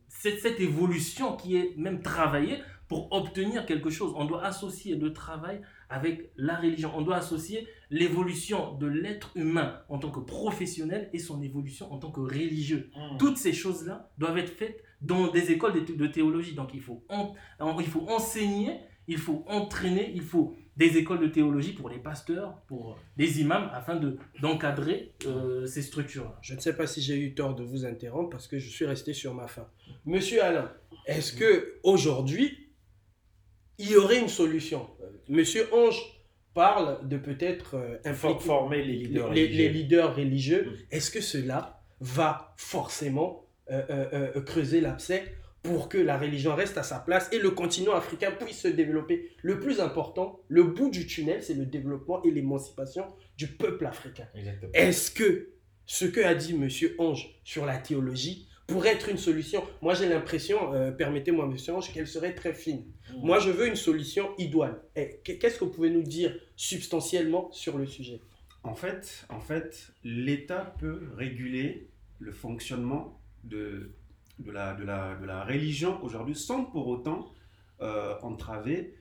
c'est cette évolution qui est même travaillée pour obtenir quelque chose. On doit associer le travail avec la religion. On doit associer l'évolution de l'être humain en tant que professionnel et son évolution en tant que religieux. Mmh. Toutes ces choses-là doivent être faites dans des écoles de, de théologie. Donc il faut, en, il faut enseigner, il faut entraîner, il faut des écoles de théologie pour les pasteurs, pour les imams, afin de, d'encadrer euh, ces structures-là. Je ne sais pas si j'ai eu tort de vous interrompre parce que je suis resté sur ma faim. Monsieur Alain, est-ce qu'aujourd'hui, il y aurait une solution? Monsieur Ange parle de peut-être euh, former les leaders les, religieux. Les leaders religieux. Mmh. Est-ce que cela va forcément euh, euh, euh, creuser l'abcès pour que la religion reste à sa place et le continent africain puisse se développer? Le plus important, le bout du tunnel, c'est le développement et l'émancipation du peuple africain. Exactement. Est-ce que ce que a dit Monsieur Ange sur la théologie pourrait être une solution? Moi, j'ai l'impression, euh, permettez-moi, Monsieur Ange, qu'elle serait très fine. Mmh. Moi, je veux une solution idoine. Et qu'est-ce que vous pouvez nous dire substantiellement sur le sujet? En fait, en fait, l'État peut réguler le fonctionnement de, de, la, de, la, de la religion aujourd'hui sans pour autant euh, entraver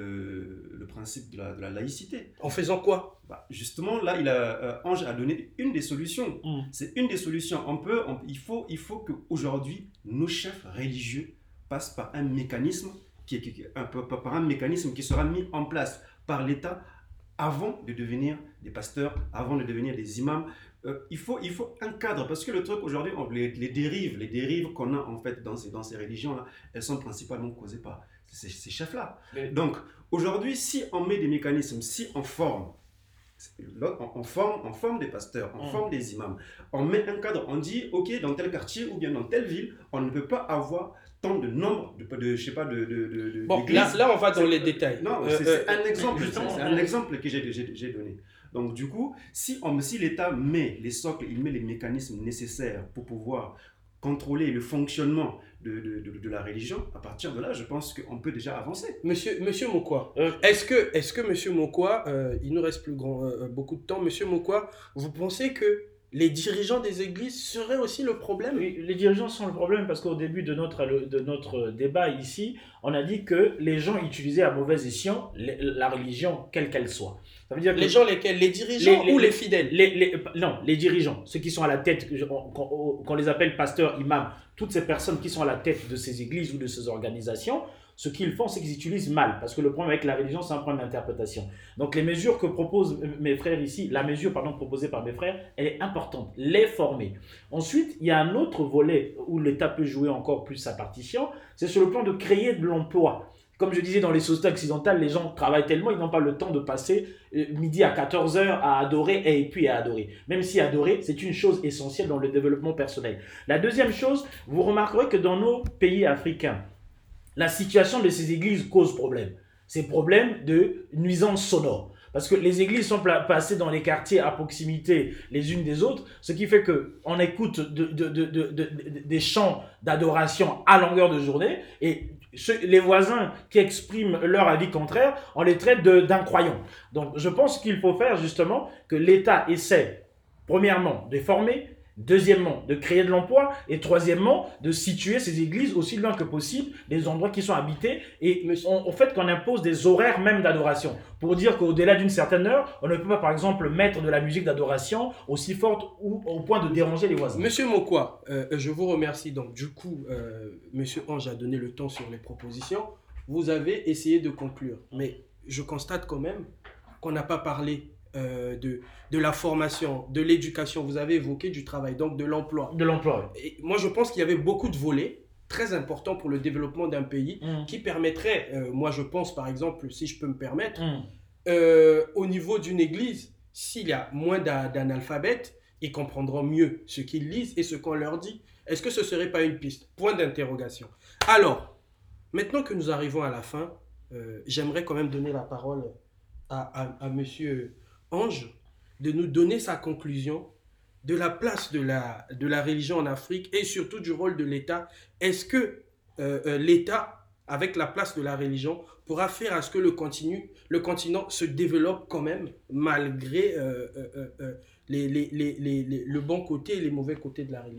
le, le principe de la, de la laïcité. En faisant quoi? Bah, justement, là, il a, euh, Ange a donné une des solutions. Mmh. C'est une des solutions. On peut, on, il faut, il faut qu'aujourd'hui, nos chefs religieux passent par un mécanisme qui, qui, un, par un mécanisme qui sera mis en place par l'État avant de devenir des pasteurs, avant de devenir des imams. Euh, il, faut, il faut un cadre, parce que le truc aujourd'hui, les, les dérives, les dérives qu'on a en fait dans ces, dans ces religions-là, elles sont principalement causées par ces, ces chefs-là. Mais... Donc, aujourd'hui, si on met des mécanismes, si on forme, on, on forme, on forme des pasteurs, on mmh. forme des imams, on met un cadre, on dit, ok, dans tel quartier ou bien dans telle ville, on ne peut pas avoir tant de nombre de, de je sais pas, de, de, de bon, là, là, on va dans les détails. Non, euh, c'est, euh, c'est un exemple, c'est un exemple que j'ai, j'ai, j'ai donné. Donc, du coup, si, on, si l'État met les socles, il met les mécanismes nécessaires pour pouvoir contrôler le fonctionnement de, de, de, de la religion, à partir de là, je pense qu'on peut déjà avancer. Monsieur, monsieur Mokwa, euh, est-ce que, est-ce que Monsieur Mokwa, euh, il nous reste plus grand, euh, beaucoup de temps, Monsieur Mokwa, vous pensez que les dirigeants des églises seraient aussi le problème? Oui, les dirigeants sont le problème parce qu'au début de notre, de notre débat ici, on a dit que les gens utilisaient à mauvais escient la religion, quelle qu'elle soit. Ça veut dire que les gens lesquels? Les dirigeants les, les, ou les fidèles? les, les, Non, les dirigeants, ceux qui sont à la tête, qu'on les appelle pasteurs, imams, toutes ces personnes qui sont à la tête de ces églises ou de ces organisations, ce qu'ils font, c'est qu'ils utilisent mal. Parce que le problème avec la religion, c'est un problème d'interprétation. Donc les mesures que proposent mes frères ici, la mesure pardon, proposée par mes frères, elle est importante. Les former. Ensuite, il y a un autre volet où l'État peut jouer encore plus sa partition, c'est sur le plan de créer de l'emploi. Comme je disais, dans les sociétés occidentales, les gens travaillent tellement, ils n'ont pas le temps de passer midi à quatorze heures à adorer et puis à adorer. Même si adorer, c'est une chose essentielle dans le développement personnel. La deuxième chose, vous remarquerez que dans nos pays africains, la situation de ces églises cause problème. C'est problème de nuisance sonore. Parce que les églises sont placées dans les quartiers à proximité les unes des autres, ce qui fait qu'on écoute de, de, de, de, de, des chants d'adoration à longueur de journée et ceux, les voisins qui expriment leur avis contraire, on les traite de, d'incroyants. Donc je pense qu'il faut faire justement que l'État essaie, premièrement, de former, deuxièmement, de créer de l'emploi et troisièmement, de situer ces églises aussi loin que possible des endroits qui sont habités et en fait qu'on impose des horaires même d'adoration pour dire qu'au-delà d'une certaine heure, on ne peut pas par exemple mettre de la musique d'adoration aussi forte ou au point de déranger les voisins. Monsieur Mokwa, euh, je vous remercie. Donc du coup, euh, Monsieur Ange a donné le temps sur les propositions. Vous avez essayé de conclure, mais je constate quand même qu'on n'a pas parlé Euh, de, de la formation, de l'éducation, vous avez évoqué du travail, donc de l'emploi. De l'emploi. Et moi, je pense qu'il y avait beaucoup de volets très importants pour le développement d'un pays mmh. qui permettraient, euh, moi je pense par exemple, si je peux me permettre, mmh. euh, au niveau d'une église, s'il y a moins d'a, d'analphabètes, ils comprendront mieux ce qu'ils lisent et ce qu'on leur dit. Est-ce que ce ne serait pas une piste? Point d'interrogation. Alors, maintenant que nous arrivons à la fin, euh, j'aimerais quand même donner la parole à, à, à monsieur Ange, de nous donner sa conclusion de la place de la, de la religion en Afrique et surtout du rôle de l'État. Est-ce que euh, euh, l'État, avec la place de la religion, pourra faire à ce que le, continu, le continent se développe quand même, malgré euh, euh, euh, les, les, les, les, les, le bon côté et les mauvais côtés de la religion?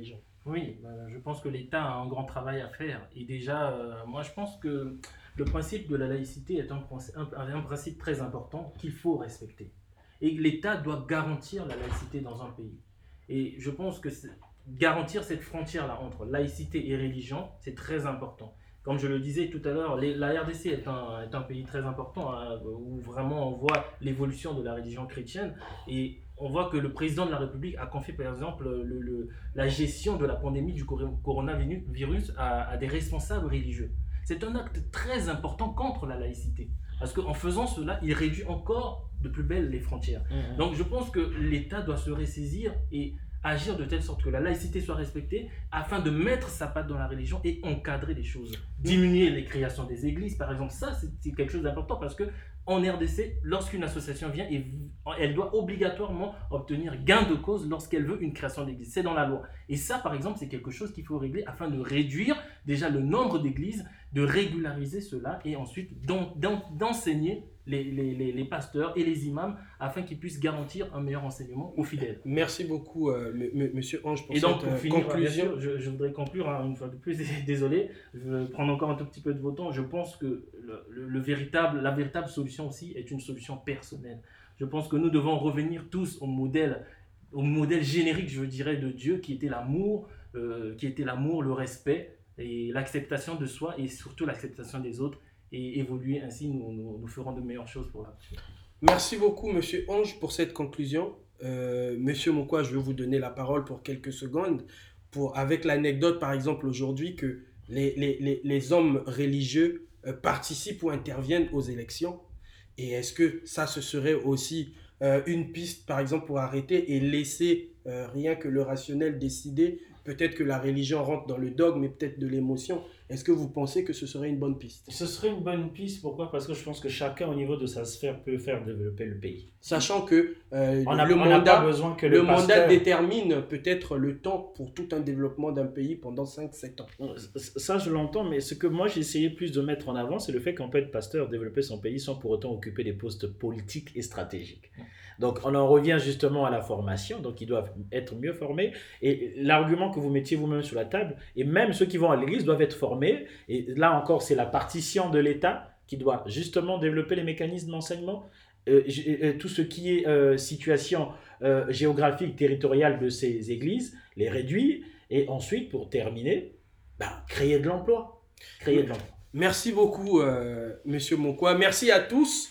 Oui, euh, je pense que l'État a un grand travail à faire. Et déjà, euh, moi, je pense que le principe de la laïcité est un, princi- un- un principe très important qu'il faut respecter. Et l'État doit garantir la laïcité dans un pays. Et je pense que c'est- garantir cette frontière-là entre laïcité et religion, c'est très important. Comme je le disais tout à l'heure, les- la R D C est un, est un pays très important, hein, où vraiment on voit l'évolution de la religion chrétienne. Et on voit que le président de la République a confié, par exemple, le, le- la gestion de la pandémie du cor- coronavirus à, à des responsables religieux. C'est un acte très important contre la laïcité. Parce qu'en faisant cela, il réduit encore de plus belle les frontières. Mhm. Donc je pense que l'État doit se ressaisir et agir de telle sorte que la laïcité soit respectée afin de mettre sa patte dans la religion et encadrer les choses. Diminuer les créations des églises, par exemple, ça c'est c'est quelque chose d'important parce que en R D C, lorsqu'une association vient, et elle doit obligatoirement obtenir gain de cause lorsqu'elle veut une création d'église. C'est dans la loi. Et ça, par exemple, c'est quelque chose qu'il faut régler afin de réduire déjà le nombre d'églises, de régulariser cela et ensuite d'en- d'en- d'enseigner les, les, les, les pasteurs et les imams afin qu'ils puissent garantir un meilleur enseignement aux fidèles. Merci beaucoup, euh, m- m- Monsieur Ange, pour Et donc, cette pour euh, finir, conclusion. bien sûr, je, je voudrais conclure hein, une fois de plus, désolé, je vais prendre encore un tout petit peu de votre temps. Je pense que le, le- le véritable, la véritable solution aussi est une solution personnelle. Je pense que nous devons revenir tous au modèle, au modèle générique, je dirais, de Dieu, qui était l'amour, euh, qui était l'amour, le respect et l'acceptation de soi et surtout l'acceptation des autres. Et évoluer ainsi, nous, nous, nous ferons de meilleures choses pour la suite. Merci beaucoup, Monsieur Ange, pour cette conclusion. Euh, Monsieur Mokwa, je vais vous donner la parole pour quelques secondes, pour, avec l'anecdote, par exemple, aujourd'hui, que les, les, les, les hommes religieux euh, participent ou interviennent aux élections. Et est-ce que ça, ce serait aussi euh, une piste, par exemple, pour arrêter et laisser euh, rien que le rationnel décider? Peut-être que la religion rentre dans le dogme, mais peut-être de l'émotion. Est-ce que vous pensez que ce serait une bonne piste? Ce serait une bonne piste, pourquoi? Parce que je pense que chacun au niveau de sa sphère peut faire développer le pays. Sachant que euh, On n'a le on n'a mandat... pas besoin que le, Le mandat pasteur... détermine peut-être le temps pour tout un développement d'un pays pendant cinq sept ans. Ça, je l'entends, mais ce que moi j'ai essayé plus de mettre en avant, c'est le fait qu'on peut être pasteur, développer son pays sans pour autant occuper des postes politiques et stratégiques. Donc on en revient justement à la formation, donc ils doivent être mieux formés. Et l'argument que vous mettiez vous-même sur la table, et même ceux qui vont à l'église doivent être formés. Et là encore, c'est la partition de l'État qui doit justement développer les mécanismes d'enseignement. Euh, euh, tout ce qui est euh, situation euh, géographique, territoriale de ces églises, les réduire. Et ensuite, pour terminer, bah, créer de l'emploi. Créer de l'emploi. Merci beaucoup, euh, Monsieur Mokwa. Merci à tous.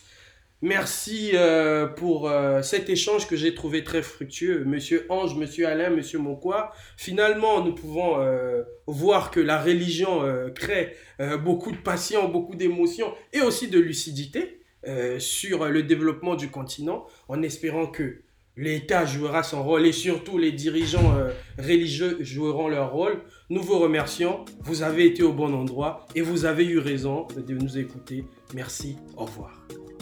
Merci euh, pour euh, cet échange que j'ai trouvé très fructueux. Monsieur Ange, Monsieur Alain, Monsieur Mokwa. Finalement, nous pouvons euh, voir que la religion euh, crée euh, beaucoup de passion, beaucoup d'émotions et aussi de lucidité euh, sur le développement du continent, en espérant que l'État jouera son rôle et surtout les dirigeants euh, religieux joueront leur rôle. Nous vous remercions. Vous avez été au bon endroit et vous avez eu raison de nous écouter. Merci. Au revoir.